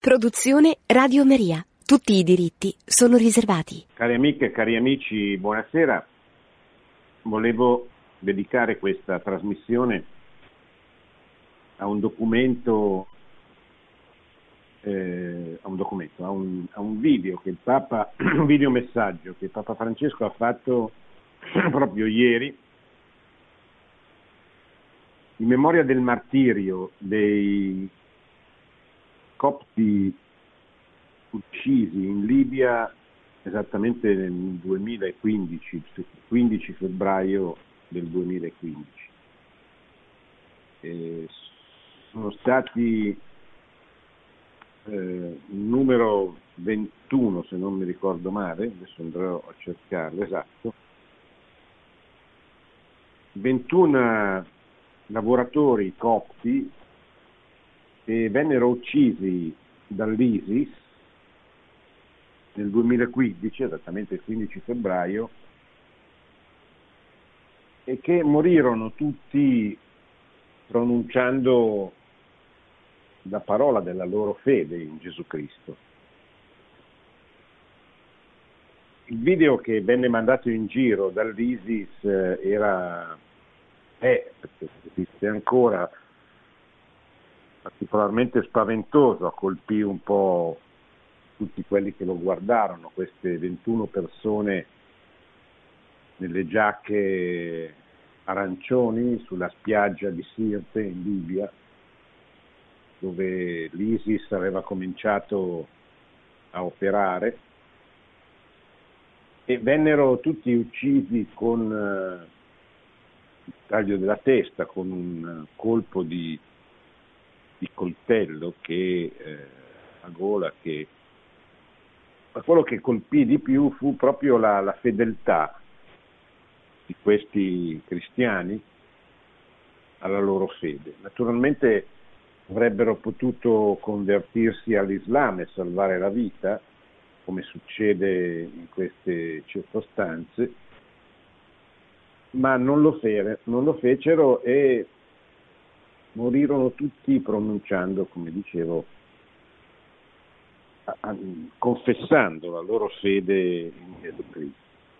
Produzione Radio Maria. Tutti i diritti sono riservati. Cari amiche e cari amici, buonasera. Volevo dedicare questa trasmissione a un documento, a un video che il Papa, un videomessaggio che il Papa Francesco ha fatto proprio ieri in memoria del martirio dei copti uccisi in Libia esattamente nel 2015, 15 febbraio del 2015. Sono stati numero 21, se non mi ricordo male, adesso andrò a cercarlo esatto, 21 lavoratori copti che vennero uccisi dall'ISIS nel 2015, esattamente il 15 febbraio, e che morirono tutti pronunciando la parola della loro fede in Gesù Cristo. Il video che venne mandato in giro dall'ISIS perché esiste ancora, particolarmente spaventoso, colpì un po' tutti quelli che lo guardarono, queste 21 persone nelle giacche arancioni sulla spiaggia di Sirte in Libia, dove l'ISIS aveva cominciato a operare, e vennero tutti uccisi con il taglio della testa, con un colpo di coltello a gola, ma quello che colpì di più fu proprio la fedeltà di questi cristiani alla loro fede. Naturalmente avrebbero potuto convertirsi all'Islam e salvare la vita, come succede in queste circostanze, ma non lo fecero e morirono tutti pronunciando, come dicevo, confessando la loro fede in Gesù Cristo.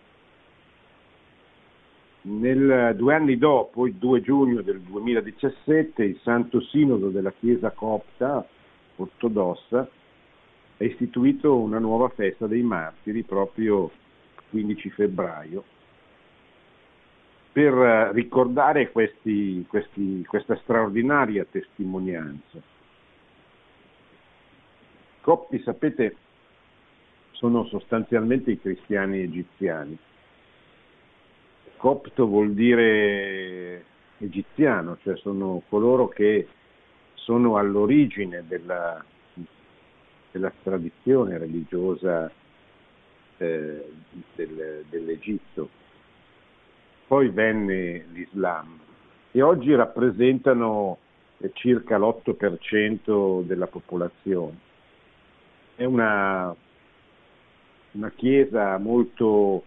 2 anni dopo, il 2 giugno del 2017, il Santo Sinodo della Chiesa Copta Ortodossa ha istituito una nuova festa dei martiri proprio il 15 febbraio per ricordare questa straordinaria testimonianza. I copti, sapete, sono sostanzialmente i cristiani egiziani. Copto vuol dire egiziano, cioè sono coloro che sono all'origine della tradizione religiosa dell'Egitto. Poi venne l'Islam e oggi rappresentano circa l'8% della popolazione. È una chiesa molto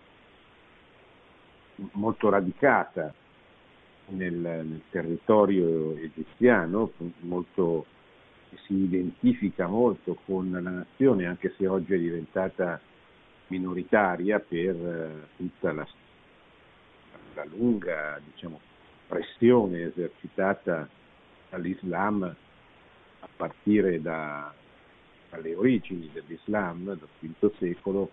radicata nel territorio egiziano, che si identifica molto con la nazione, anche se oggi è diventata minoritaria per tutta la lunga, pressione esercitata dall'Islam a partire dalle origini dell'Islam, dal V secolo,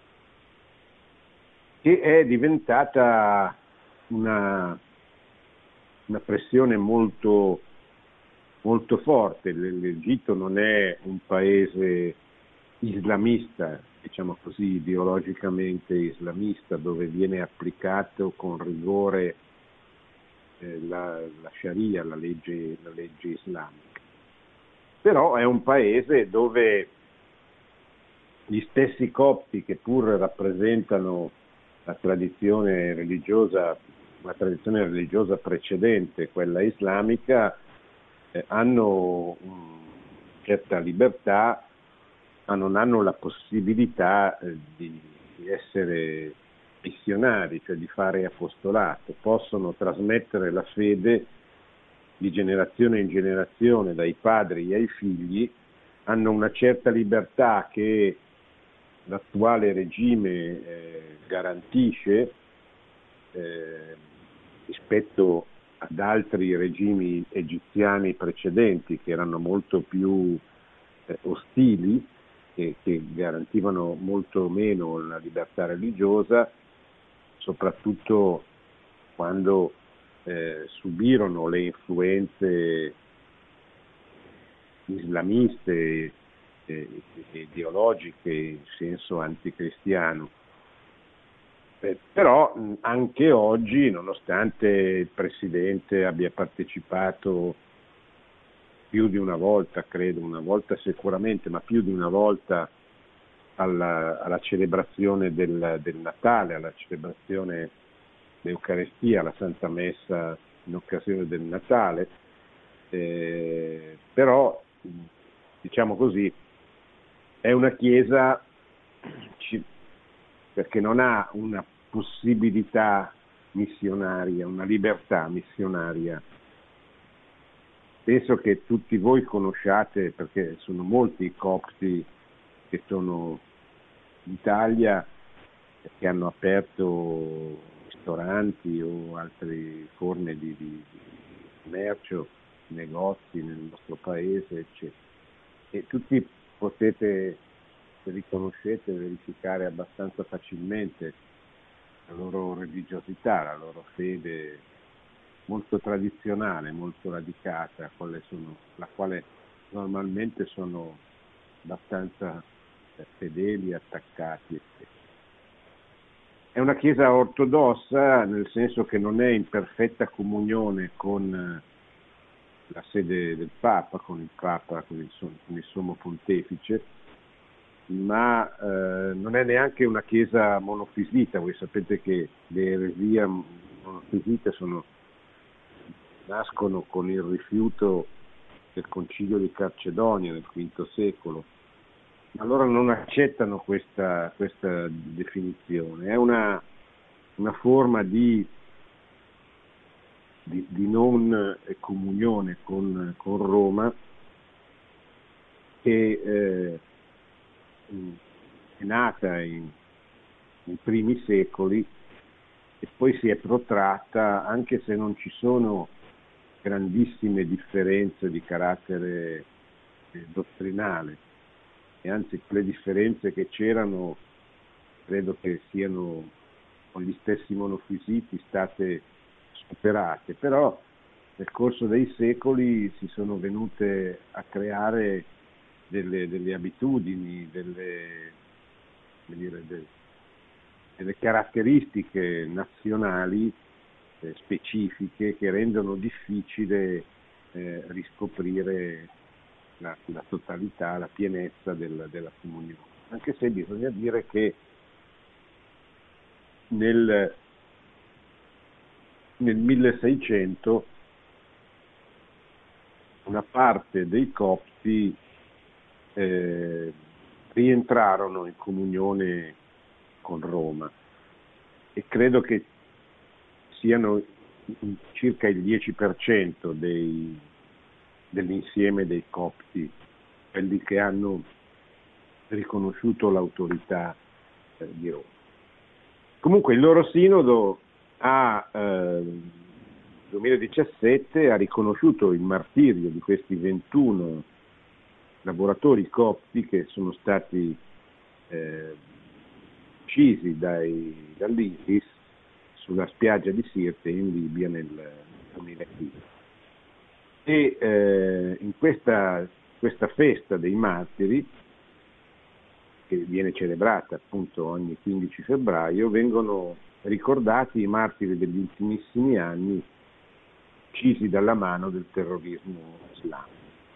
che è diventata una pressione molto, molto forte. L'Egitto non è un paese islamista, diciamo così, ideologicamente islamista, dove viene applicato con rigore la Sharia, la legge islamica. Però è un paese dove gli stessi copti, che pur rappresentano la tradizione religiosa precedente, quella islamica, hanno certa libertà, ma non hanno la possibilità di essere missionari, cioè di fare apostolato. Possono trasmettere la fede di generazione in generazione, dai padri ai figli, hanno una certa libertà che l'attuale regime garantisce rispetto ad altri regimi egiziani precedenti che erano molto più ostili e che garantivano molto meno la libertà religiosa, soprattutto quando subirono le influenze islamiste ideologiche in senso anticristiano. Però anche oggi, nonostante il Presidente abbia partecipato più di una volta, credo, una volta sicuramente, ma più di una volta alla celebrazione del Natale, alla celebrazione dell'Eucarestia, alla Santa Messa in occasione del Natale, però, diciamo così, è una chiesa perché non ha una possibilità missionaria, una libertà missionaria. Penso che tutti voi conosciate, perché sono molti i copti che sono in Italia e che hanno aperto ristoranti o altre forme di commercio, negozi nel nostro paese, eccetera. E tutti potete, se li conoscete, verificare abbastanza facilmente la loro religiosità, la loro fede molto tradizionale, molto radicata, la quale normalmente sono abbastanza fedeli, attaccati. È una chiesa ortodossa, nel senso che non è in perfetta comunione con la sede del Papa, con il Sommo Pontefice, ma non è neanche una chiesa monofisita. Voi sapete che le eresie monofisite nascono con il rifiuto del Concilio di Calcedonia nel V secolo, ma loro non accettano questa definizione. È una forma di non comunione con Roma che è nata nei primi secoli e poi si è protratta, anche se non ci sono grandissime differenze di carattere dottrinale, e anzi quelle differenze che c'erano credo che siano con gli stessi monofisiti state superate, però nel corso dei secoli si sono venute a creare delle abitudini, delle caratteristiche nazionali specifiche che rendono difficile riscoprire la totalità, la pienezza della comunione. Anche se bisogna dire che nel 1600 una parte dei copti rientrarono in comunione con Roma e credo che siano circa il 10% dell'insieme dei copti quelli che hanno riconosciuto l'autorità di Roma. Comunque il loro sinodo nel 2017 ha riconosciuto il martirio di questi 21 lavoratori copti che sono stati uccisi dall'ISIS sulla spiaggia di Sirte in Libia nel 2015. E in questa festa dei martiri, che viene celebrata appunto ogni 15 febbraio, vengono ricordati i martiri degli ultimissimi anni uccisi dalla mano del terrorismo islamico.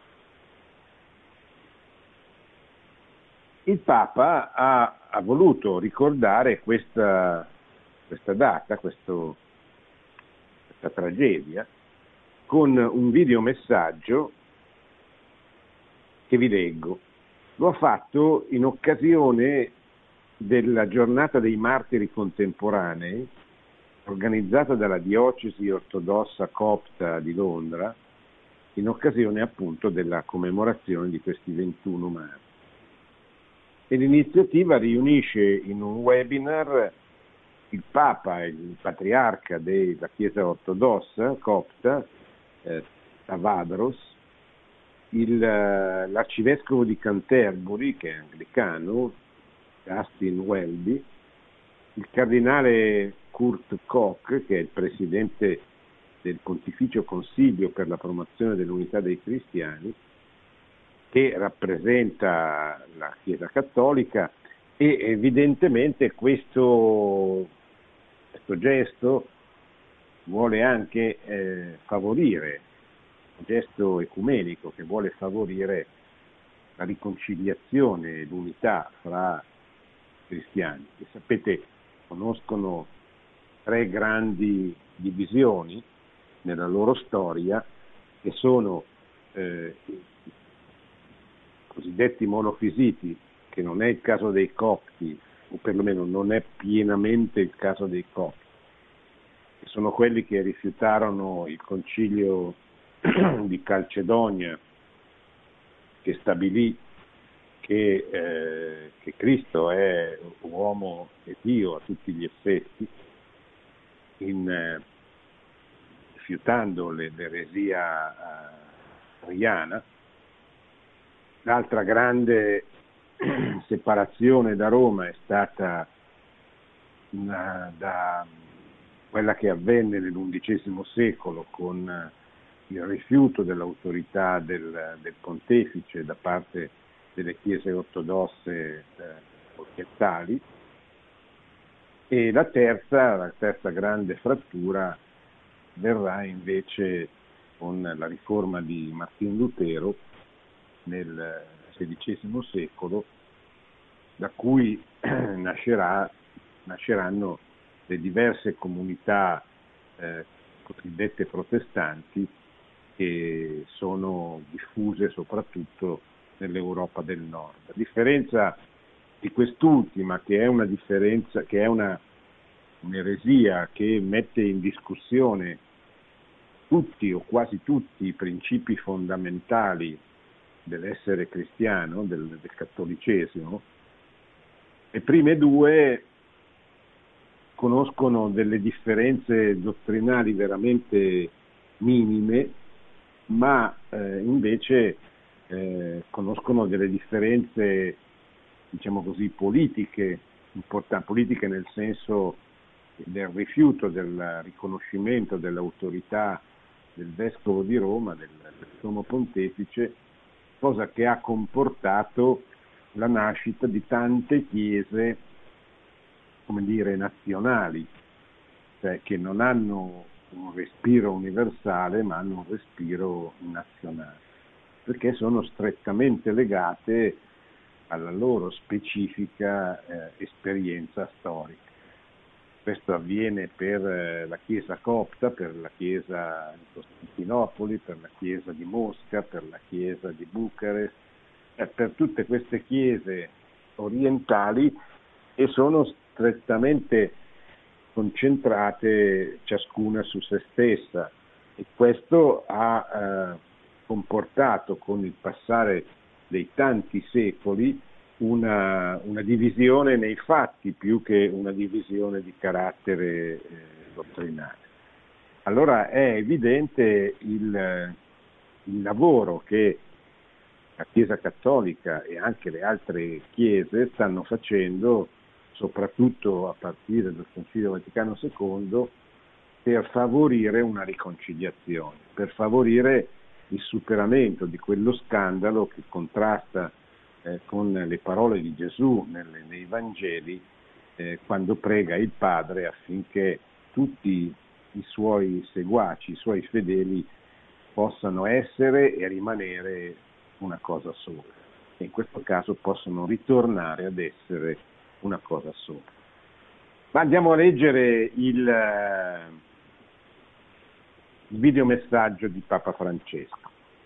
Il Papa ha voluto ricordare questa data, questa tragedia, con un videomessaggio che vi leggo. Lo ha fatto in occasione della giornata dei martiri contemporanei, organizzata dalla diocesi ortodossa copta di Londra, in occasione appunto della commemorazione di questi 21 martiri. E l'iniziativa riunisce in un webinar il Papa e il Patriarca della Chiesa Ortodossa copta, Tavadros, l'Arcivescovo di Canterbury, che è anglicano, Justin Welby, il Cardinale Kurt Koch, che è il Presidente del Pontificio Consiglio per la promozione dell'unità dei cristiani, che rappresenta la Chiesa Cattolica, e evidentemente questo gesto vuole anche favorire, un gesto ecumenico che vuole favorire la riconciliazione e l'unità fra cristiani, che sapete conoscono 3 grandi divisioni nella loro storia, che sono i cosiddetti monofisiti, che non è il caso dei copti, o perlomeno non è pienamente il caso dei copti, che sono quelli che rifiutarono il concilio di Calcedonia, che stabilì che Cristo è uomo e Dio a tutti gli effetti, rifiutando l'eresia ariana. L'altra grande separazione da Roma è stata da quella che avvenne nell'XI secolo con il rifiuto dell'autorità del pontefice da parte delle chiese ortodosse orientali, e la terza grande frattura verrà invece con la riforma di Martin Lutero nel XVI secolo, da cui nasceranno le diverse comunità cosiddette protestanti, che sono diffuse soprattutto nell'Europa del Nord. A differenza di quest'ultima, che è una differenza, che è un'eresia che mette in discussione tutti o quasi tutti i principi fondamentali dell'essere cristiano, del cattolicesimo, le prime due conoscono delle differenze dottrinali veramente minime, ma invece conoscono delle differenze, diciamo così, politiche nel senso del rifiuto del riconoscimento dell'autorità del Vescovo di Roma, del Sommo Pontefice, cosa che ha comportato la nascita di tante chiese, come dire, nazionali, cioè che non hanno un respiro universale ma hanno un respiro nazionale, perché sono strettamente legate alla loro specifica esperienza storica. Questo avviene per la Chiesa copta, per la Chiesa di Costantinopoli, per la Chiesa di Mosca, per la Chiesa di Bucarest, per tutte queste chiese orientali, e sono strettamente concentrate ciascuna su se stessa, e questo ha comportato, con il passare dei tanti secoli, una divisione nei fatti più che una divisione di carattere dottrinale. Allora è evidente il lavoro che la Chiesa Cattolica e anche le altre chiese stanno facendo, soprattutto a partire dal Concilio Vaticano II, per favorire una riconciliazione, per favorire il superamento di quello scandalo che contrasta con le parole di Gesù nei Vangeli, quando prega il Padre affinché tutti i suoi seguaci, i suoi fedeli, possano essere e rimanere una cosa sola, e in questo caso possono ritornare ad essere una cosa sola. Ma andiamo a leggere il videomessaggio di Papa Francesco.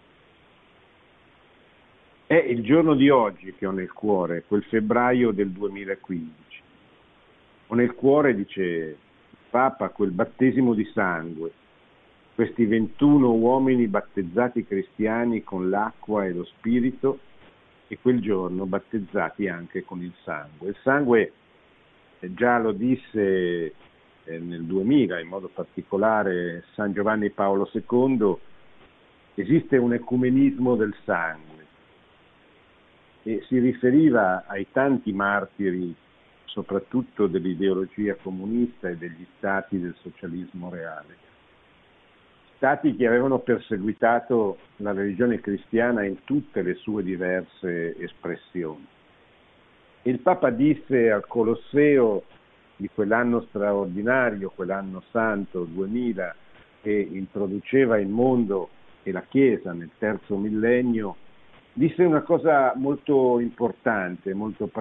È il giorno di oggi che ho nel cuore, quel febbraio del 2015. Ho nel cuore, dice il Papa, quel battesimo di sangue, questi 21 uomini battezzati cristiani con l'acqua e lo spirito, e quel giorno battezzati anche con il sangue. Il sangue, già lo disse nel 2000, in modo particolare San Giovanni Paolo II, esiste un ecumenismo del sangue, e si riferiva ai tanti martiri, soprattutto dell'ideologia comunista e degli stati del socialismo reale. Stati che avevano perseguitato la religione cristiana in tutte le sue diverse espressioni. Il Papa disse al Colosseo di quell'anno straordinario, quell'anno santo 2000, che introduceva il mondo e la Chiesa nel terzo millennio, disse una cosa molto importante,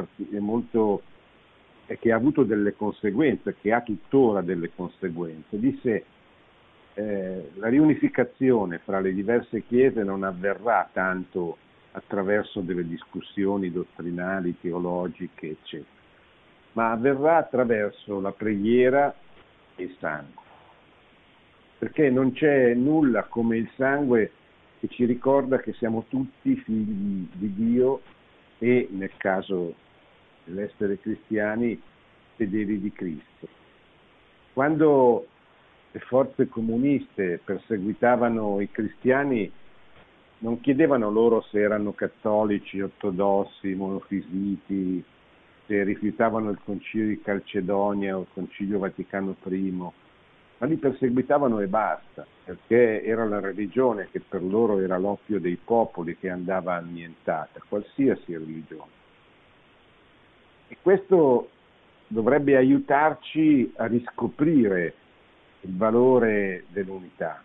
che ha avuto delle conseguenze, che ha tuttora delle conseguenze. Disse: la riunificazione fra le diverse chiese non avverrà tanto attraverso delle discussioni dottrinali, teologiche, eccetera, ma avverrà attraverso la preghiera e il sangue. Perché non c'è nulla come il sangue che ci ricorda che siamo tutti figli di Dio e, nel caso dell'essere cristiani, fedeli di Cristo. Quando le forze comuniste perseguitavano i cristiani, non chiedevano loro se erano cattolici, ortodossi, monofisiti, se rifiutavano il Concilio di Calcedonia o il Concilio Vaticano I, ma li perseguitavano e basta, perché era la religione che per loro era l'oppio dei popoli, che andava annientata, qualsiasi religione. E questo dovrebbe aiutarci a riscoprire il valore dell'unità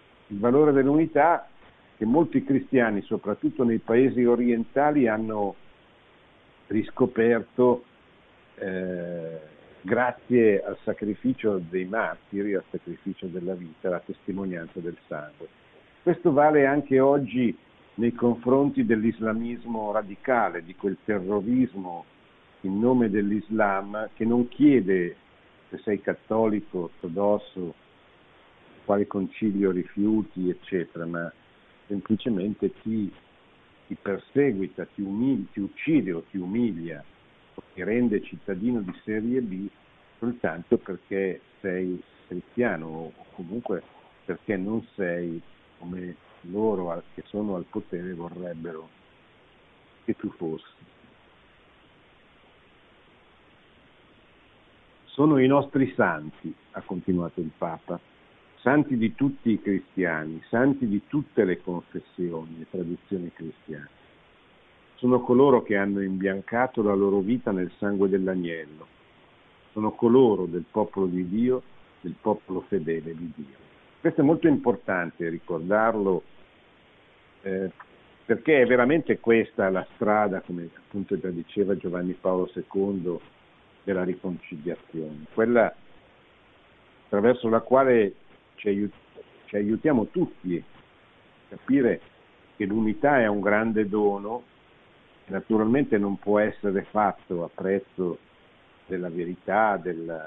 che molti cristiani, soprattutto nei paesi orientali, hanno riscoperto grazie al sacrificio dei martiri, al sacrificio della vita, alla testimonianza del sangue. Questo vale anche oggi nei confronti dell'islamismo radicale, di quel terrorismo in nome dell'Islam che non chiede se sei cattolico, ortodosso, quale concilio rifiuti, eccetera, ma semplicemente ti perseguita, ti uccide o ti umilia o ti rende cittadino di serie B soltanto perché sei cristiano, o comunque perché non sei come loro che sono al potere vorrebbero che tu fossi. Sono i nostri santi, ha continuato il Papa, santi di tutti i cristiani, santi di tutte le confessioni e tradizioni cristiane. Sono coloro che hanno imbiancato la loro vita nel sangue dell'agnello. Sono coloro del popolo di Dio, del popolo fedele di Dio. Questo è molto importante ricordarlo, perché è veramente questa la strada, come appunto già diceva Giovanni Paolo II, della riconciliazione, quella attraverso la quale ci aiutiamo tutti a capire che l'unità è un grande dono, che naturalmente non può essere fatto a prezzo della verità,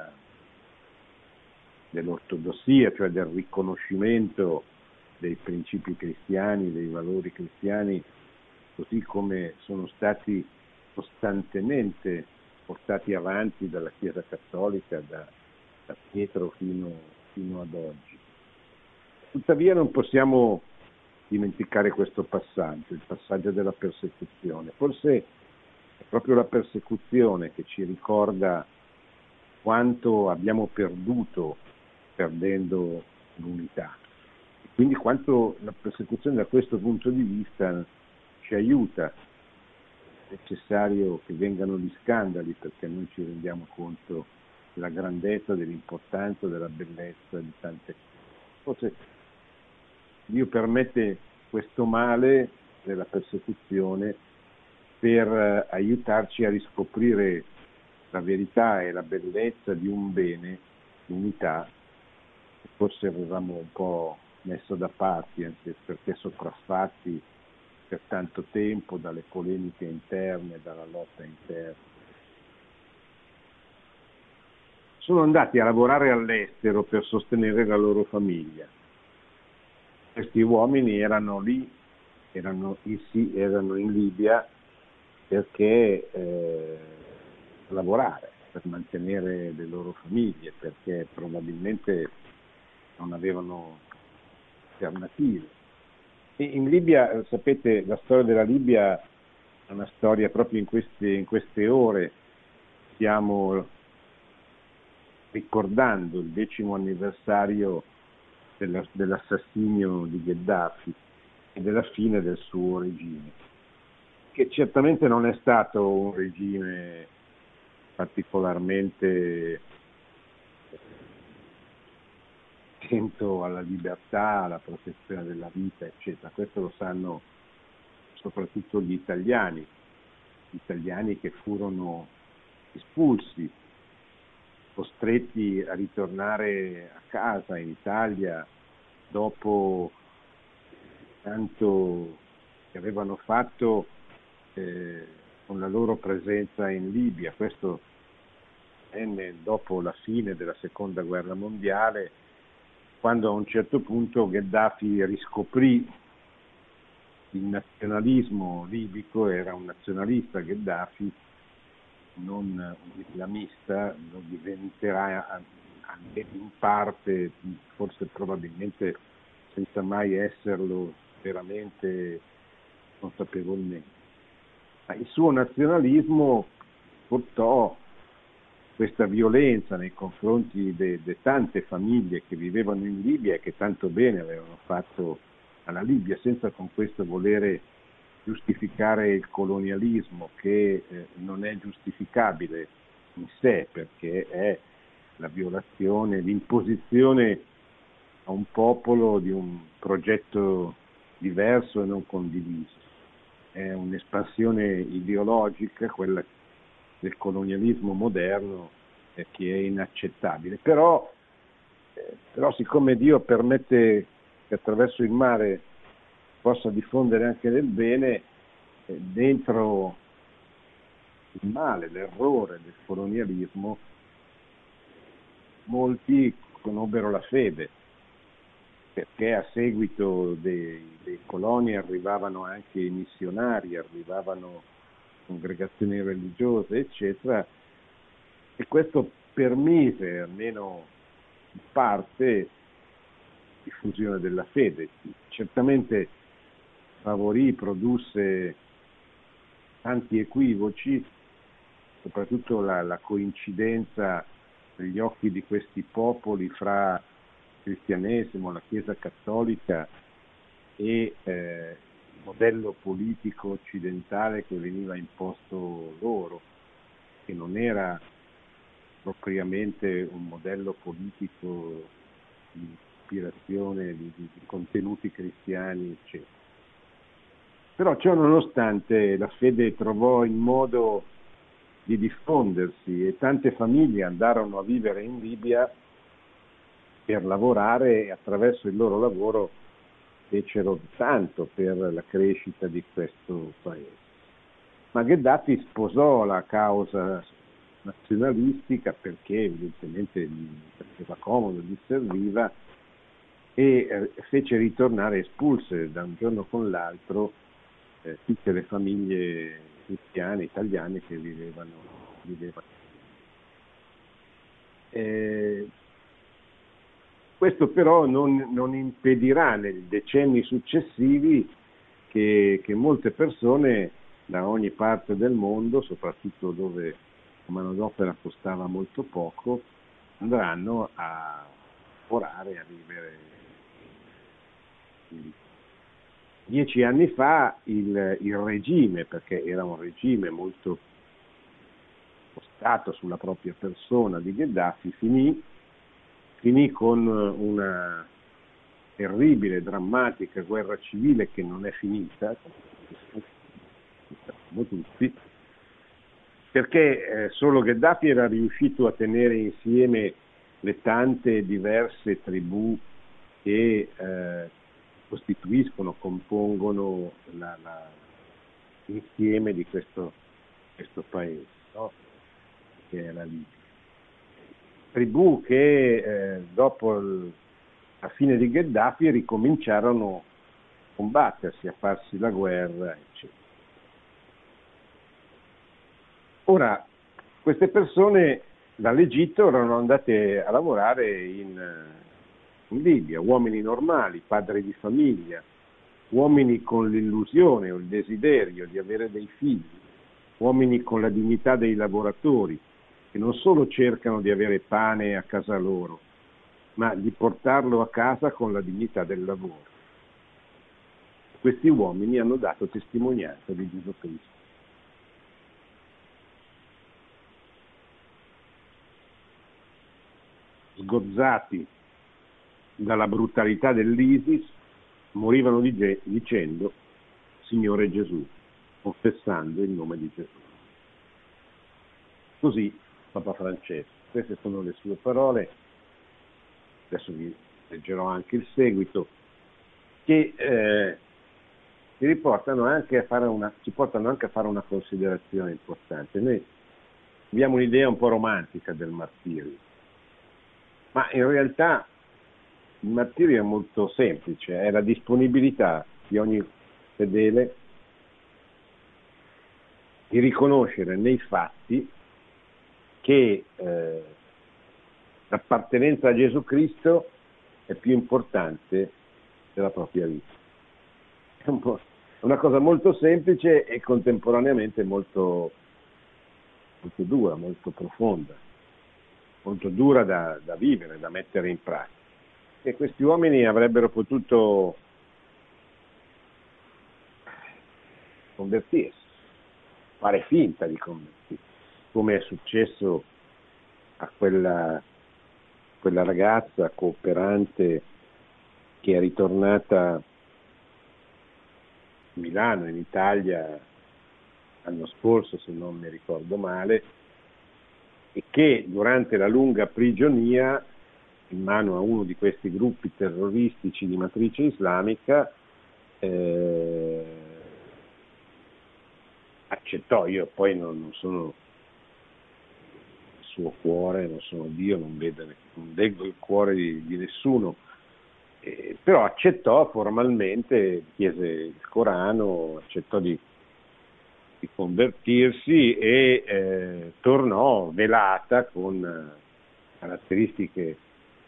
dell'ortodossia, cioè del riconoscimento dei principi cristiani, dei valori cristiani, così come sono stati costantemente portati avanti dalla Chiesa Cattolica da Pietro fino ad oggi. Tuttavia non possiamo dimenticare questo passaggio, il passaggio della persecuzione. Forse è proprio la persecuzione che ci ricorda quanto abbiamo perduto perdendo l'unità. E quindi quanto la persecuzione da questo punto di vista ci aiuta. È necessario che vengano gli scandali perché noi ci rendiamo conto della grandezza, dell'importanza, della bellezza di tante cose. Forse Dio permette questo male della persecuzione per aiutarci a riscoprire la verità e la bellezza di un bene, l'unità, che forse avevamo un po' messo da parte, anche perché sopraffatti per tanto tempo dalle polemiche interne, dalla lotta interna. Sono andati a lavorare all'estero per sostenere la loro famiglia. questi uomini erano lì, erano in Libia perché lavorare, per mantenere le loro famiglie, perché probabilmente non avevano alternative. E in Libia, sapete, la storia della Libia è una storia proprio in queste ore. Stiamo ricordando il 10° anniversario dell'assassinio di Gheddafi e della fine del suo regime, che certamente non è stato un regime particolarmente attento alla libertà, alla protezione della vita, eccetera. Questo lo sanno soprattutto gli italiani che furono espulsi, costretti a ritornare a casa in Italia dopo tanto che avevano fatto con la loro presenza in Libia. Questo venne dopo la fine della Seconda Guerra Mondiale, quando a un certo punto Gheddafi riscoprì il nazionalismo libico. Era un nazionalista Gheddafi, non un islamista, lo diventerà in parte, forse probabilmente senza mai esserlo veramente consapevolmente. Ma il suo nazionalismo portò questa violenza nei confronti di tante famiglie che vivevano in Libia e che tanto bene avevano fatto alla Libia, senza con questo volere giustificare il colonialismo, che non è giustificabile in sé, perché è la violazione, l'imposizione a un popolo di un progetto diverso e non condiviso. È un'espansione ideologica, quella del colonialismo moderno, che è inaccettabile. Però siccome Dio permette che attraverso il mare possa diffondere anche del bene, dentro il male, l'errore del colonialismo, molti conobbero la fede, perché a seguito dei coloni arrivavano anche i missionari, arrivavano congregazioni religiose, eccetera, e questo permise, almeno in parte, diffusione della fede. Certamente produsse tanti equivoci, soprattutto la coincidenza negli occhi di questi popoli fra il cristianesimo, la Chiesa cattolica e il modello politico occidentale che veniva imposto loro, che non era propriamente un modello politico di ispirazione di contenuti cristiani, eccetera. Però ciò nonostante la fede trovò il modo di diffondersi e tante famiglie andarono a vivere in Libia per lavorare, e attraverso il loro lavoro fecero tanto per la crescita di questo paese. Ma Gheddafi sposò la causa nazionalistica perché evidentemente gli faceva comodo, gli serviva, e fece ritornare, espulse da un giorno con l'altro tutte le famiglie cristiane italiane che vivevano. Questo però non impedirà nei decenni successivi che molte persone da ogni parte del mondo, soprattutto dove la manodopera costava molto poco, andranno a lavorare, a vivere. 10 anni fa il regime, perché era un regime molto spostato sulla propria persona di Gheddafi, finì con una terribile, drammatica guerra civile che non è finita, come tutti, perché solo Gheddafi era riuscito a tenere insieme le tante diverse tribù che compongono l'insieme di questo paese, no? Che è la Libia. Tribù che dopo alla fine di Gheddafi ricominciarono a combattersi, a farsi la guerra, eccetera. Ora, queste persone dall'Egitto erano andate a lavorare in Libia, uomini normali, padri di famiglia, uomini con l'illusione o il desiderio di avere dei figli, uomini con la dignità dei lavoratori, che non solo cercano di avere pane a casa loro, ma di portarlo a casa con la dignità del lavoro. Questi uomini hanno dato testimonianza di Gesù Cristo. Sgozzati dalla brutalità dell'ISIS, morivano dicendo Signore Gesù, confessando il nome di Gesù. Così Papa Francesco, queste sono le sue parole, adesso vi leggerò anche il seguito, che ci portano anche a fare una considerazione importante. Noi abbiamo un'idea un po' romantica del martirio, ma in realtà il martirio è molto semplice, è la disponibilità di ogni fedele di riconoscere nei fatti che l'appartenenza a Gesù Cristo è più importante della propria vita. È una cosa molto semplice e contemporaneamente molto dura, molto profonda, molto dura da vivere, da mettere in pratica. E questi uomini avrebbero potuto convertirsi, fare finta di convertirsi, come è successo a quella ragazza cooperante che è ritornata a Milano, in Italia, l'anno scorso, se non mi ricordo male, e che durante la lunga prigionia in mano a uno di questi gruppi terroristici di matrice islamica accettò. Io poi non sono il suo cuore, non sono Dio, non leggo il cuore di nessuno, però accettò formalmente, chiese il Corano, accettò di convertirsi e tornò velata con caratteristiche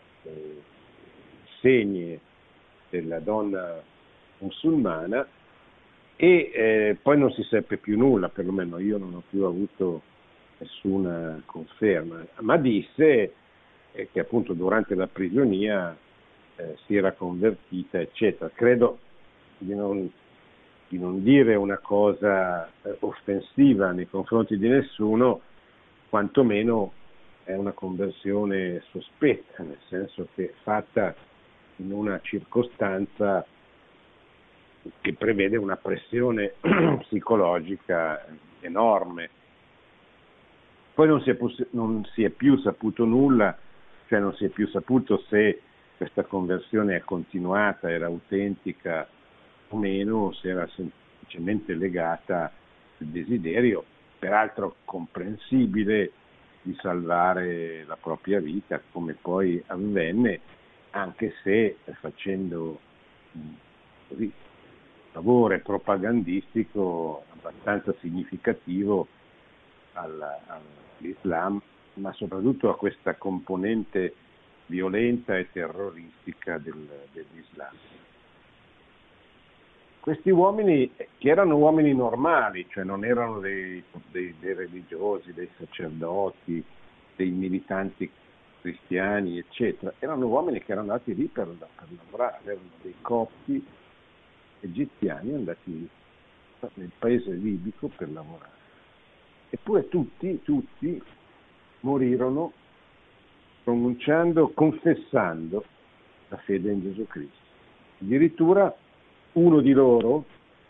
segne della donna musulmana, e poi non si seppe più nulla, perlomeno io non ho più avuto nessuna conferma, ma disse che appunto durante la prigionia si era convertita, eccetera. Credo di non dire una cosa offensiva nei confronti di nessuno, quantomeno è una conversione sospetta, nel senso che fatta in una circostanza che prevede una pressione psicologica enorme. Poi non si è più saputo nulla, cioè non si è più saputo se questa conversione è continuata, era autentica o meno, se era semplicemente legata al desiderio, peraltro comprensibile, di salvare la propria vita, come poi avvenne, anche se facendo così lavoro propagandistico abbastanza significativo all'Islam, ma soprattutto a questa componente violenta e terroristica dell'Islam. Questi uomini, che erano uomini normali, cioè non erano dei religiosi, dei sacerdoti, dei militanti cristiani, eccetera, erano uomini che erano andati lì per lavorare, erano dei copti egiziani andati nel paese libico per lavorare. Eppure tutti morirono confessando la fede in Gesù Cristo. Addirittura uno di loro,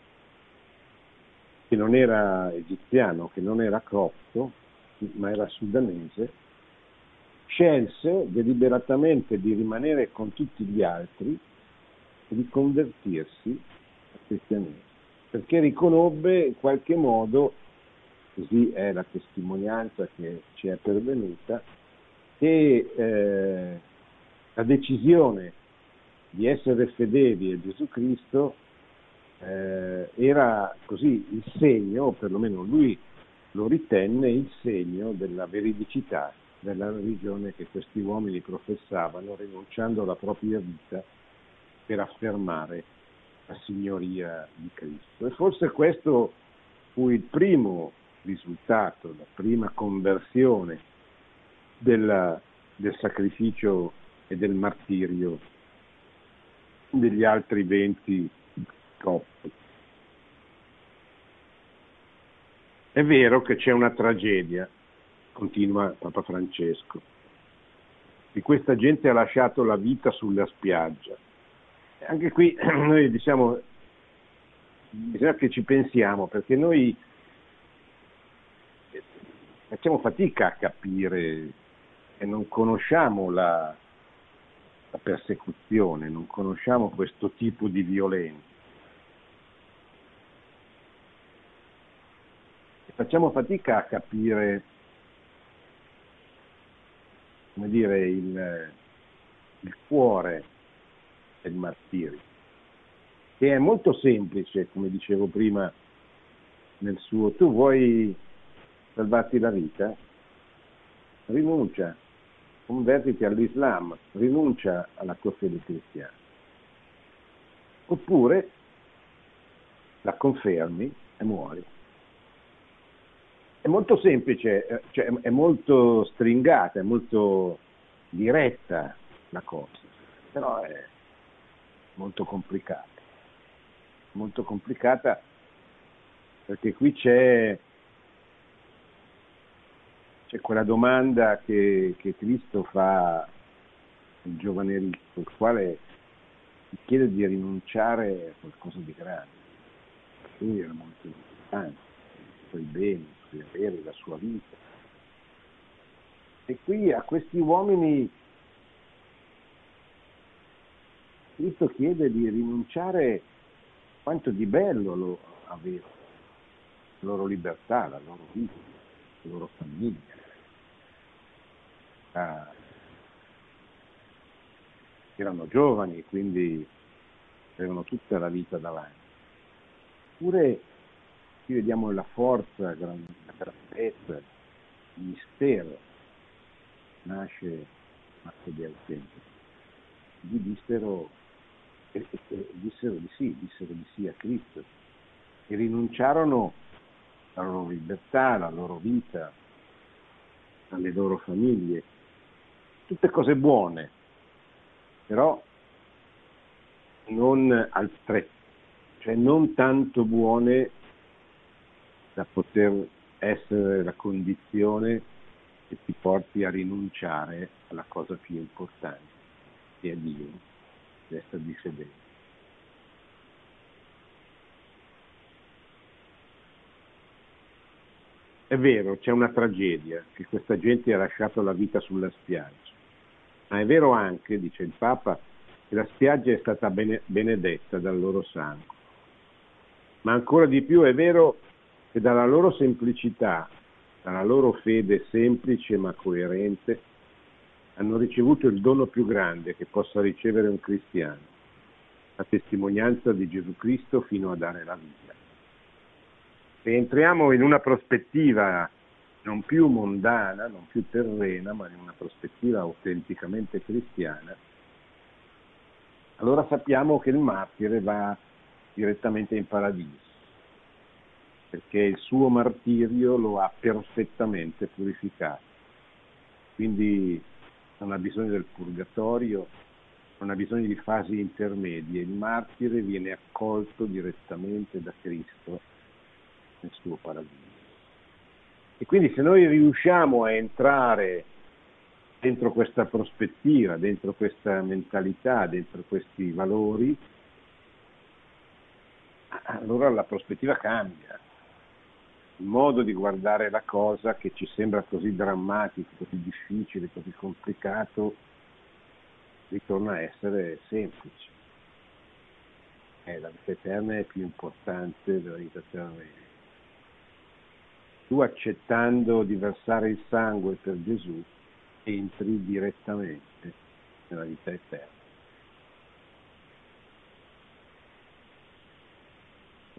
che non era egiziano, che non era copto, ma era sudanese, scelse deliberatamente di rimanere con tutti gli altri e di convertirsi al cristianesimo, perché riconobbe in qualche modo, così è la testimonianza che ci è pervenuta, che la decisione di essere fedeli a Gesù Cristo era così il segno, o perlomeno lui lo ritenne il segno della veridicità della religione che questi uomini professavano, rinunciando alla propria vita per affermare la signoria di Cristo. E forse questo fu il primo risultato, la prima conversione del sacrificio e del martirio degli altri 20 copti. È vero che c'è una tragedia, continua Papa Francesco, di questa gente ha lasciato la vita sulla spiaggia. E anche qui noi diciamo, bisogna che ci pensiamo, perché noi facciamo fatica a capire e non conosciamo la persecuzione, non conosciamo questo tipo di violenza. E facciamo fatica a capire, come dire, il cuore del martirio, che è molto semplice, come dicevo prima nel suo: tu vuoi salvarti la vita? Rinuncia, convertiti all'Islam, rinuncia alla tua fede cristiana. Oppure la confermi e muori. È molto semplice, cioè è molto stringata, è molto diretta la cosa, però è molto complicata. Molto complicata perché qui c'è quella domanda che Cristo fa al giovane ricco, il quale gli chiede di rinunciare a qualcosa di grande. Lui era molto importante, i suoi beni, i suoi averi, la sua vita. E qui a questi uomini Cristo chiede di rinunciare quanto di bello lo aveva, la loro libertà, la loro vita, la loro famiglia. Erano giovani, quindi avevano tutta la vita davanti. Eppure qui vediamo la forza, la grandezza, il mistero. Nasce Marco del Tempio. Gli dissero di sì a Cristo e rinunciarono alla loro libertà, alla loro vita, alle loro famiglie, tutte cose buone, però non cioè non tanto buone da poter essere la condizione che ti porti a rinunciare alla cosa più importante, che è Dio, essergli fedeli. È vero, c'è una tragedia, che questa gente ha lasciato la vita sulla spiaggia, ma è vero anche, dice il Papa, che la spiaggia è stata benedetta dal loro sangue. Ma ancora di più è vero che dalla loro semplicità, dalla loro fede semplice ma coerente, hanno ricevuto il dono più grande che possa ricevere un cristiano, la testimonianza di Gesù Cristo fino a dare la vita. Se entriamo in una prospettiva non più mondana, non più terrena, ma in una prospettiva autenticamente cristiana, allora sappiamo che il martire va direttamente in paradiso, perché il suo martirio lo ha perfettamente purificato. Quindi non ha bisogno del purgatorio, non ha bisogno di fasi intermedie. Il martire viene accolto direttamente da Cristo nel suo paradiso. E quindi se noi riusciamo a entrare dentro questa prospettiva, dentro questa mentalità, dentro questi valori, allora la prospettiva cambia. Il modo di guardare la cosa che ci sembra così drammatico, così difficile, così complicato, ritorna a essere semplice. La vita eterna è più importante della vita terrena. Tu, accettando di versare il sangue per Gesù, entri direttamente nella vita eterna.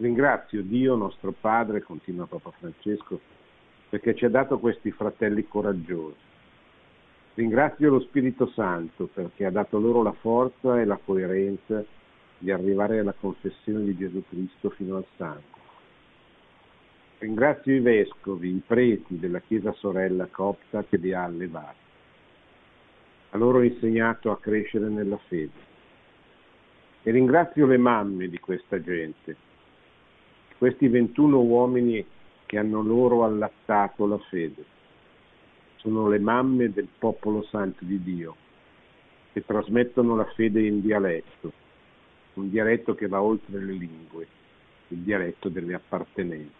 Ringrazio Dio, nostro Padre, continua Papa Francesco, perché ci ha dato questi fratelli coraggiosi. Ringrazio lo Spirito Santo perché ha dato loro la forza e la coerenza di arrivare alla confessione di Gesù Cristo fino al sangue. Ringrazio i vescovi, i preti della Chiesa Sorella Copta che li ha allevati. A loro ho insegnato a crescere nella fede. E ringrazio le mamme di questa gente, questi 21 uomini che hanno loro allattato la fede. Sono le mamme del popolo santo di Dio, che trasmettono la fede in dialetto, un dialetto che va oltre le lingue, il dialetto delle appartenenze.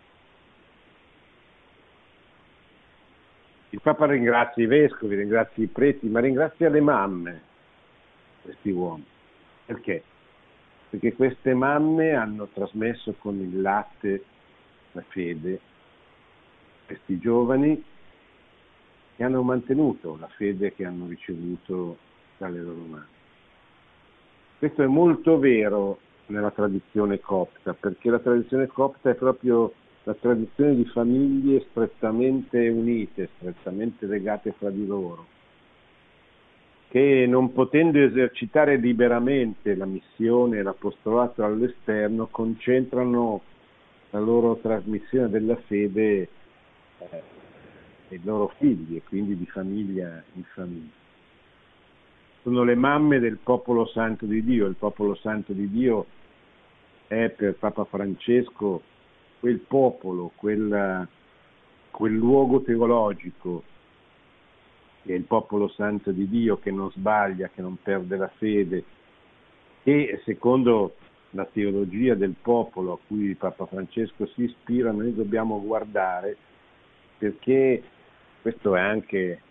Il Papa ringrazia i vescovi, ringrazia i preti, ma ringrazia le mamme, questi uomini. Perché? Perché queste mamme hanno trasmesso con il latte la fede, questi giovani che hanno mantenuto la fede che hanno ricevuto dalle loro mani. Questo è molto vero nella tradizione copta, perché la tradizione copta è proprio la tradizione di famiglie strettamente unite, strettamente legate fra di loro, che non potendo esercitare liberamente la missione e l'apostolato all'esterno, concentrano la loro trasmissione della fede ai loro figli e quindi di famiglia in famiglia. Sono le mamme del popolo santo di Dio. Il popolo santo di Dio è per Papa Francesco quel popolo, quel luogo teologico che è il popolo santo di Dio, che non sbaglia, che non perde la fede, e secondo la teologia del popolo a cui Papa Francesco si ispira, noi dobbiamo guardare, perché questo è anche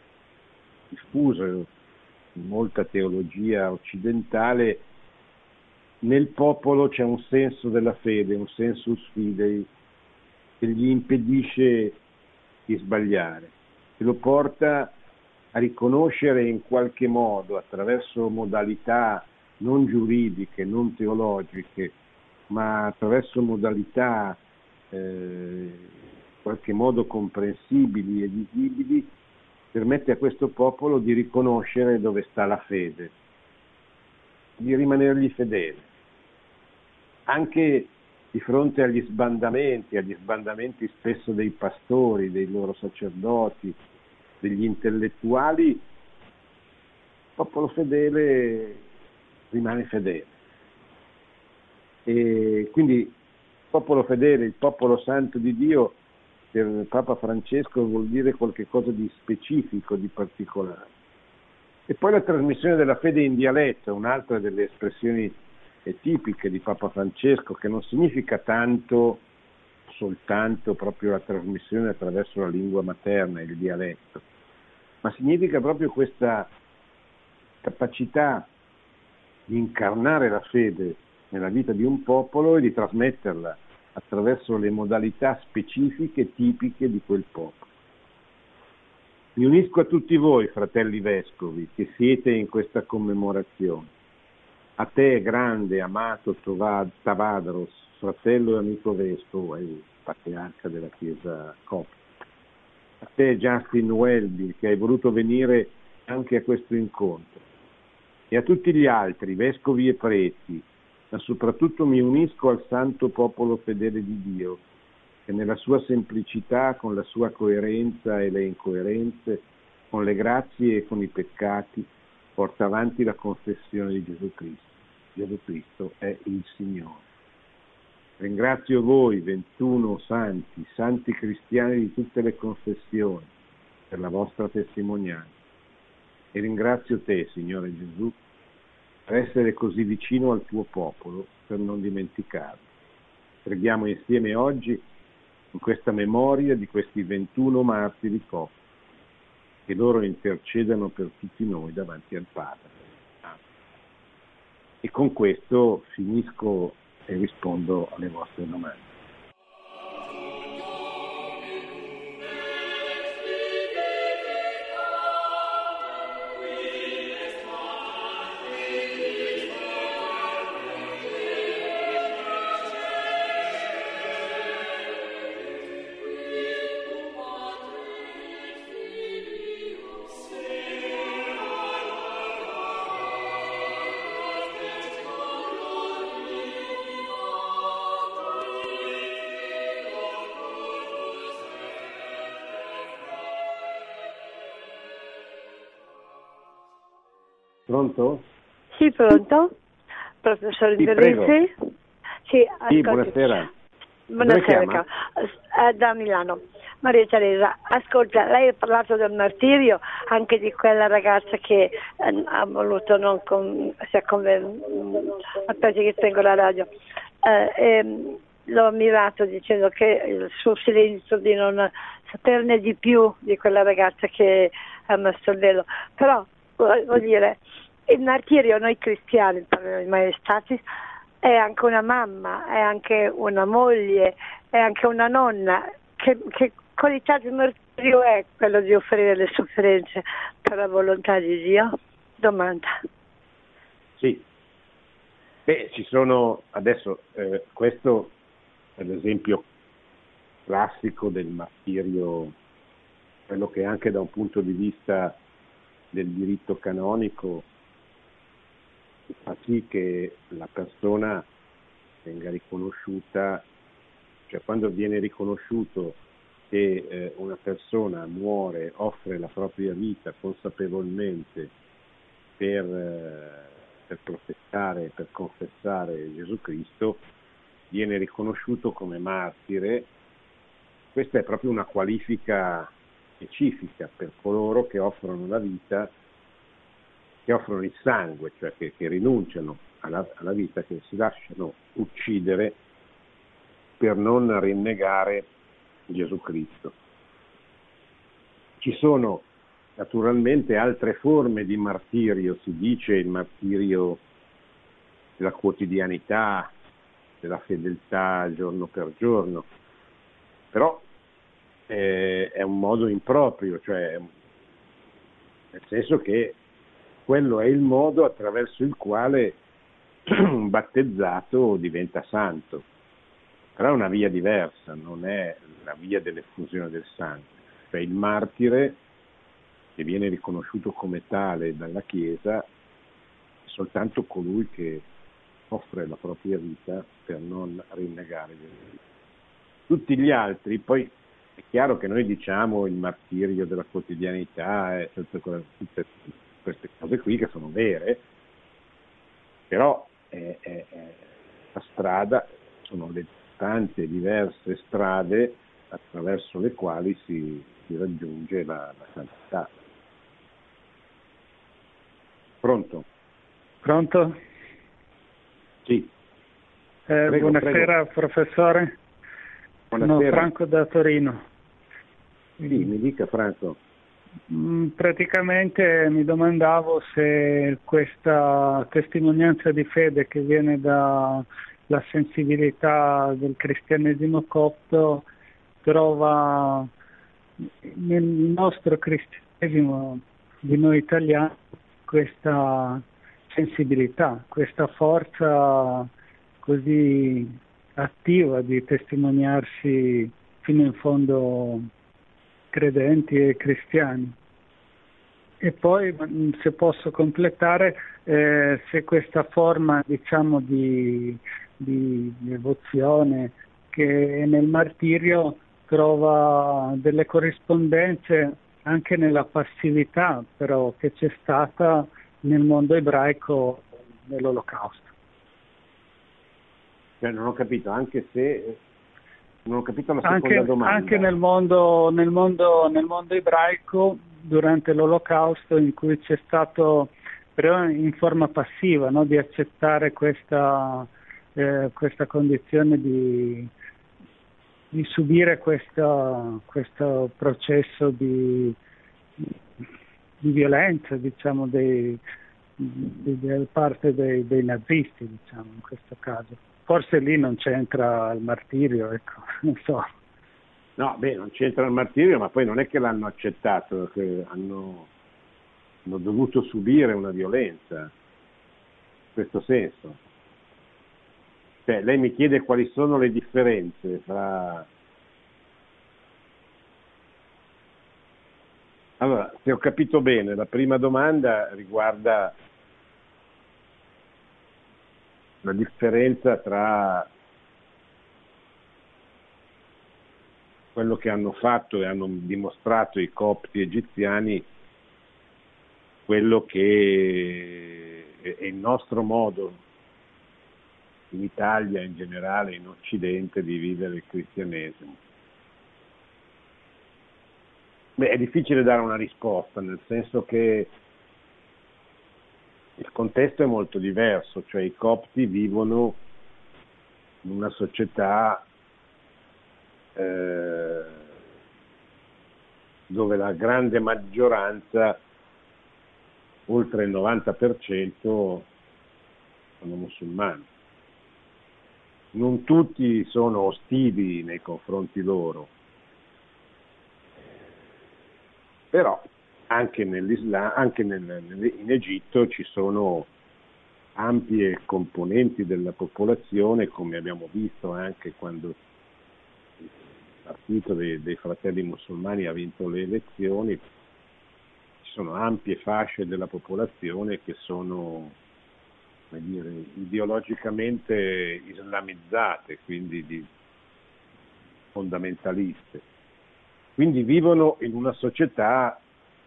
diffuso in molta teologia occidentale. Nel popolo c'è un senso della fede, un sensus fidei, che gli impedisce di sbagliare, che lo porta a riconoscere in qualche modo, attraverso modalità non giuridiche, non teologiche, ma attraverso modalità in qualche modo comprensibili e visibili, permette a questo popolo di riconoscere dove sta la fede, di rimanergli fedele, anche di fronte agli sbandamenti spesso dei pastori, dei loro sacerdoti, degli intellettuali. Il popolo fedele rimane fedele. E quindi il popolo fedele, il popolo santo di Dio, per Papa Francesco vuol dire qualcosa di specifico, di particolare. E poi la trasmissione della fede in dialetto è un'altra delle espressioni tipiche di Papa Francesco, che non significa soltanto proprio la trasmissione attraverso la lingua materna, il dialetto, ma significa proprio questa capacità di incarnare la fede nella vita di un popolo e di trasmetterla attraverso le modalità specifiche, tipiche di quel popolo. Mi unisco a tutti voi, fratelli vescovi, che siete in questa commemorazione. A te, grande, amato Tavadros, fratello e amico vescovo e patriarca della Chiesa copta. A te, Justin Welby, che hai voluto venire anche a questo incontro. E a tutti gli altri, vescovi e preti, ma soprattutto mi unisco al santo popolo fedele di Dio, che nella sua semplicità, con la sua coerenza e le incoerenze, con le grazie e con i peccati, porta avanti la confessione di Gesù Cristo. Gesù Cristo è il Signore. Ringrazio voi, 21 santi cristiani di tutte le confessioni, per la vostra testimonianza. E ringrazio te, Signore Gesù, per essere così vicino al tuo popolo, per non dimenticarlo. Preghiamo insieme oggi, in questa memoria di questi 21 martiri copti, che loro intercedano per tutti noi davanti al Padre. E con questo finisco e rispondo alle vostre domande. Pronto? Sì, pronto? Professor Sì, prego. Interesse? Sì, Sì, ascolti. buonasera. Dove Buonasera, chiama? da Milano. Maria Teresa, ascolta, lei ha parlato del martirio, anche di quella ragazza che ha voluto non aspetti che tengo la radio. L'ho ammirato dicendo che il suo silenzio di non saperne di più di quella ragazza che ha messo il velo. Però, voglio dire, il martirio, noi cristiani, per i maestati, è anche una mamma, è anche una moglie, è anche una nonna. Che qualità di martirio è quello di offrire le sofferenze per la volontà di Dio? Domanda. Sì. Beh, ci sono adesso, questo è l'esempio classico del martirio, quello che anche da un punto di vista del diritto canonico fa sì che la persona venga riconosciuta, cioè quando viene riconosciuto che una persona muore, offre la propria vita consapevolmente per professare, per confessare Gesù Cristo, viene riconosciuto come martire. Questa è proprio una qualifica specifica per coloro che offrono la vita, che offrono il sangue, cioè che rinunciano alla vita, che si lasciano uccidere per non rinnegare Gesù Cristo. Ci sono naturalmente altre forme di martirio, si dice il martirio della quotidianità, della fedeltà giorno per giorno, però è un modo improprio, cioè nel senso che quello è il modo attraverso il quale un battezzato diventa santo, però è una via diversa, non è la via dell'effusione del sangue, cioè il martire che viene riconosciuto come tale dalla Chiesa è soltanto colui che offre la propria vita per non rinnegare Gesù. Tutti gli altri, poi è chiaro che noi diciamo il martirio della quotidianità e tutte queste cose qui che sono vere, però la strada, sono le tante diverse strade attraverso le quali si raggiunge la santità. Pronto? Pronto? Sì. Prego, buonasera, prego. Professore. Buonasera. Sono Franco da Torino. Sì, mi dica Franco. Praticamente mi domandavo se questa testimonianza di fede che viene dalla sensibilità del cristianesimo copto trova nel nostro cristianesimo di noi italiani questa sensibilità, questa forza così attiva di testimoniarsi fino in fondo credenti e cristiani. E poi, se posso completare, se questa forma, diciamo, di devozione che è nel martirio trova delle corrispondenze anche nella passività, però, che c'è stata nel mondo ebraico nell'Olocausto. Cioè, non ho capito, anche se non ho capito la seconda domanda. Anche nel mondo ebraico durante l'Olocausto, in cui c'è stato, però in forma passiva, no, di accettare questa condizione di subire questo processo di violenza, diciamo, da parte dei nazisti, diciamo, in questo caso. Forse lì non c'entra il martirio, ecco, non so. No, beh, non c'entra il martirio, ma poi non è che l'hanno accettato, che hanno dovuto subire una violenza, in questo senso. Cioè, lei mi chiede quali sono le differenze fra... Allora, se ho capito bene, la prima domanda riguarda la differenza tra quello che hanno fatto e hanno dimostrato i copti egiziani quello che è il nostro modo in Italia, in generale, in Occidente, di vivere il cristianesimo. Beh, è difficile dare una risposta, nel senso che il contesto è molto diverso, cioè i copti vivono in una società dove la grande maggioranza, oltre il 90%, sono musulmani. Non tutti sono ostili nei confronti loro, però anche in Egitto ci sono ampie componenti della popolazione, come abbiamo visto anche quando il partito dei fratelli musulmani ha vinto le elezioni. Ci sono ampie fasce della popolazione che sono, come dire, ideologicamente islamizzate, quindi fondamentaliste. Quindi vivono in una società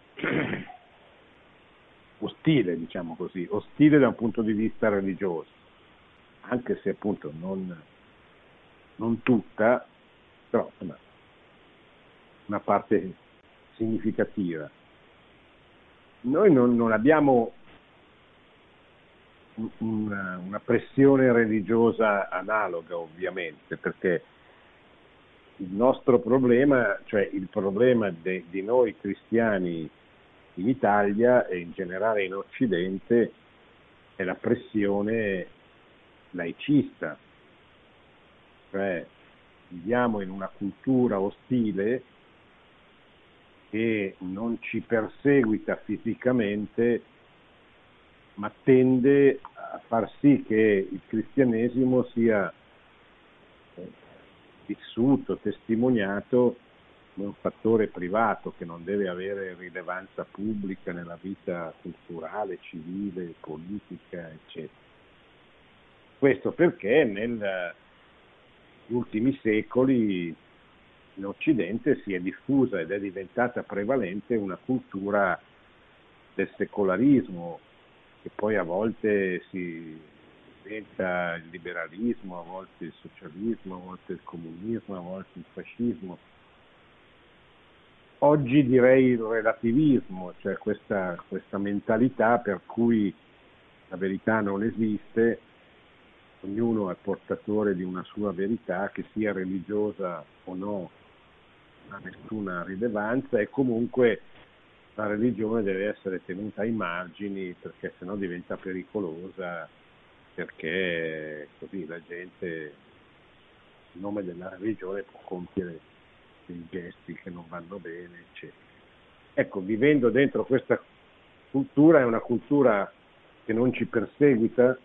ostile, diciamo così, ostile da un punto di vista religioso, anche se appunto non tutta, però insomma, una parte significativa. Noi non abbiamo una pressione religiosa analoga, ovviamente, perché il nostro problema, cioè il problema di noi cristiani in Italia e in generale in Occidente, è la pressione laicista, cioè viviamo in una cultura ostile che non ci perseguita fisicamente, ma tende a far sì che il cristianesimo sia vissuto, testimoniato come un fattore privato che non deve avere rilevanza pubblica nella vita culturale, civile, politica, eccetera. Questo perché negli ultimi secoli in Occidente si è diffusa ed è diventata prevalente una cultura del secolarismo, che poi a volte si diventa il liberalismo, a volte il socialismo, a volte il comunismo, a volte il fascismo. Oggi direi il relativismo, cioè questa mentalità per cui la verità non esiste, ognuno è portatore di una sua verità, che sia religiosa o no, non ha nessuna rilevanza, e comunque la religione deve essere tenuta ai margini perché sennò diventa pericolosa, perché così la gente in nome della religione può compiere dei gesti che non vanno bene, eccetera. Ecco, vivendo dentro questa cultura, è una cultura che non ci perseguita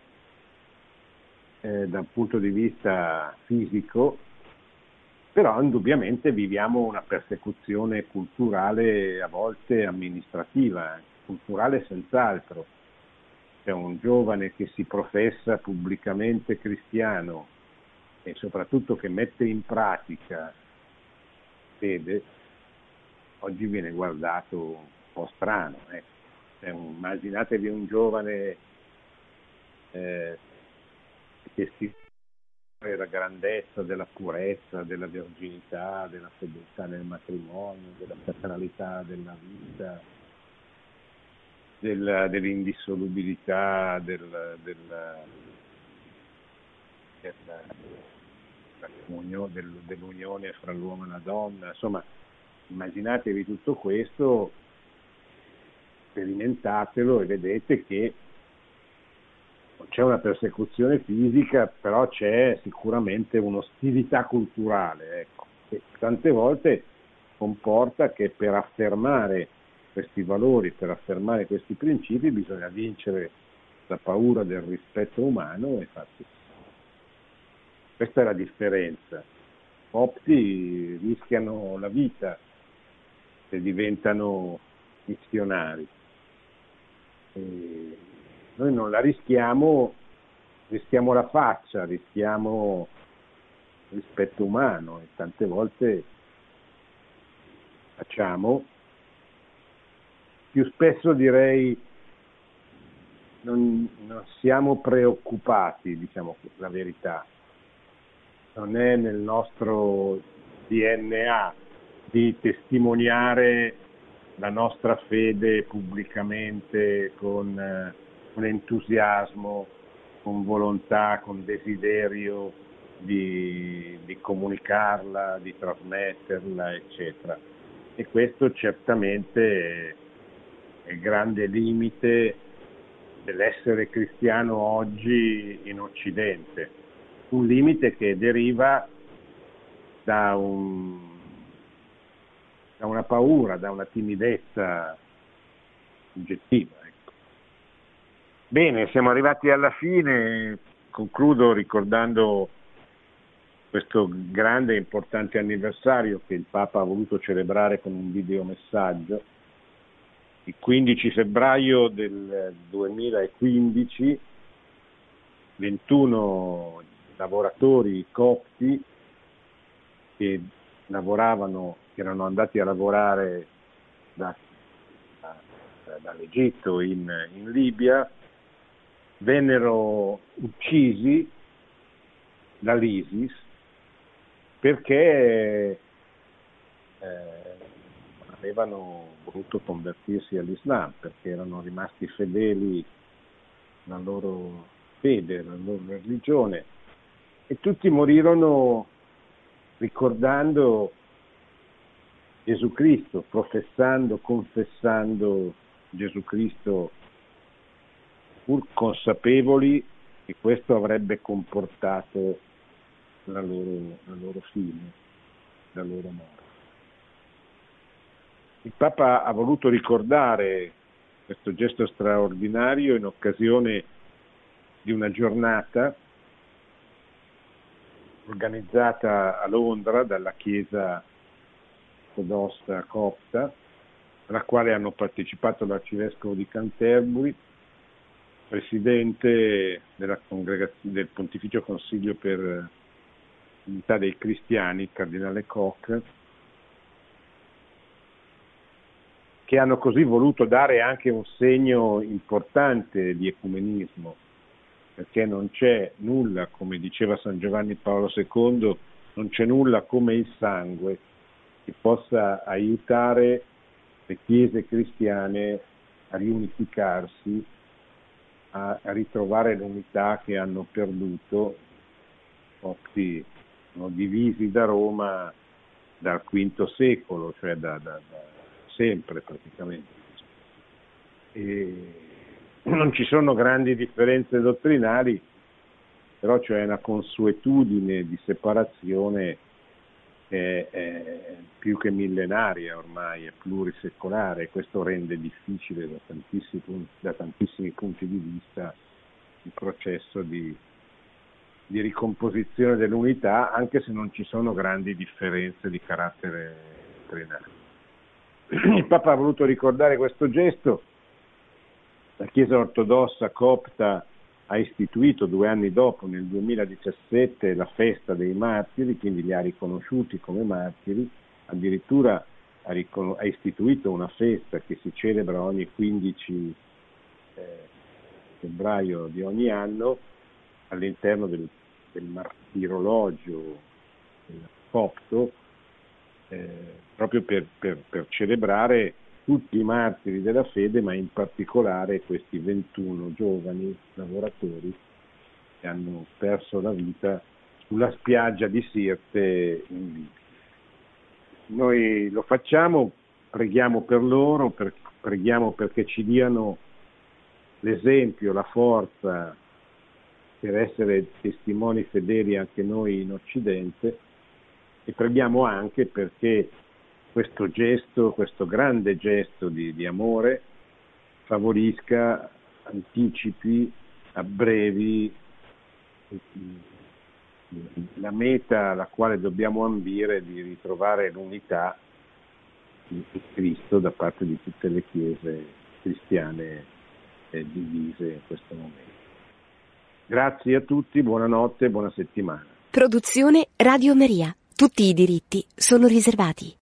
dal punto di vista fisico, però indubbiamente viviamo una persecuzione culturale, a volte amministrativa, culturale senz'altro. C'è un giovane che si professa pubblicamente cristiano e soprattutto che mette in pratica fede, oggi viene guardato un po' strano. Immaginatevi un giovane che si la grandezza della purezza, della verginità, della fedeltà nel matrimonio, della sacralità della vita, dell'indissolubilità dell'unione fra l'uomo e la donna. Insomma, immaginatevi tutto questo, sperimentatelo e vedete che c'è una persecuzione fisica, però c'è sicuramente un'ostilità culturale, ecco, che tante volte comporta che per affermare questi valori, per affermare questi principi, bisogna vincere la paura del rispetto umano e farsi. Questa è la differenza. Copti rischiano la vita se diventano missionari. E noi non la rischiamo la faccia, rischiamo il rispetto umano, e tante volte facciamo più spesso direi non siamo preoccupati, diciamo la verità. Non è nel nostro DNA di testimoniare la nostra fede pubblicamente con entusiasmo, con volontà, con desiderio di comunicarla, di trasmetterla, eccetera. E questo certamente è il grande limite dell'essere cristiano oggi in Occidente, un limite che deriva da una paura, da una timidezza oggettiva. Ecco. Bene, siamo arrivati alla fine, concludo ricordando questo grande e importante anniversario che il Papa ha voluto celebrare con un videomessaggio. Il 15 febbraio del 2015 21 lavoratori copti che erano andati a lavorare dall'Egitto in Libia, vennero uccisi dall'ISIS perché avevano voluto convertirsi all'Islam, perché erano rimasti fedeli alla loro fede, alla loro religione, e tutti morirono ricordando Gesù Cristo, confessando Gesù Cristo, pur consapevoli che questo avrebbe comportato la loro fine, la loro morte. Il Papa ha voluto ricordare questo gesto straordinario in occasione di una giornata organizzata a Londra dalla Chiesa ortodossa copta, alla quale hanno partecipato l'arcivescovo di Canterbury, presidente del Pontificio Consiglio per l'Unità dei Cristiani, il cardinale Koch, che hanno così voluto dare anche un segno importante di ecumenismo, perché non c'è nulla, come diceva San Giovanni Paolo II, non c'è nulla come il sangue che possa aiutare le chiese cristiane a riunificarsi, a ritrovare l'unità che hanno perduto. Copti sono divisi da Roma dal V secolo, cioè da sempre praticamente. E non ci sono grandi differenze dottrinali, però c'è una consuetudine di separazione che è più che millenaria ormai, è plurisecolare, e questo rende difficile da tantissimi punti di vista il processo di ricomposizione dell'unità, anche se non ci sono grandi differenze di carattere dottrinale. Il Papa ha voluto ricordare questo gesto. La Chiesa ortodossa copta ha istituito 2 anni dopo, nel 2017, la festa dei martiri, quindi li ha riconosciuti come martiri, addirittura ha istituito una festa che si celebra ogni 15 febbraio di ogni anno all'interno del martirologio copto, proprio per celebrare tutti i martiri della fede, ma in particolare questi 21 giovani lavoratori che hanno perso la vita sulla spiaggia di Sirte in Libia. Noi lo facciamo, preghiamo per loro, preghiamo perché ci diano l'esempio, la forza per essere testimoni fedeli anche noi in Occidente, e preghiamo anche perché questo gesto, questo grande gesto di amore, favorisca, anticipi, abbrevi la meta alla quale dobbiamo ambire di ritrovare l'unità di Cristo da parte di tutte le chiese cristiane divise in questo momento. Grazie a tutti, buonanotte e buona settimana. Produzione Radio Maria. Tutti i diritti sono riservati.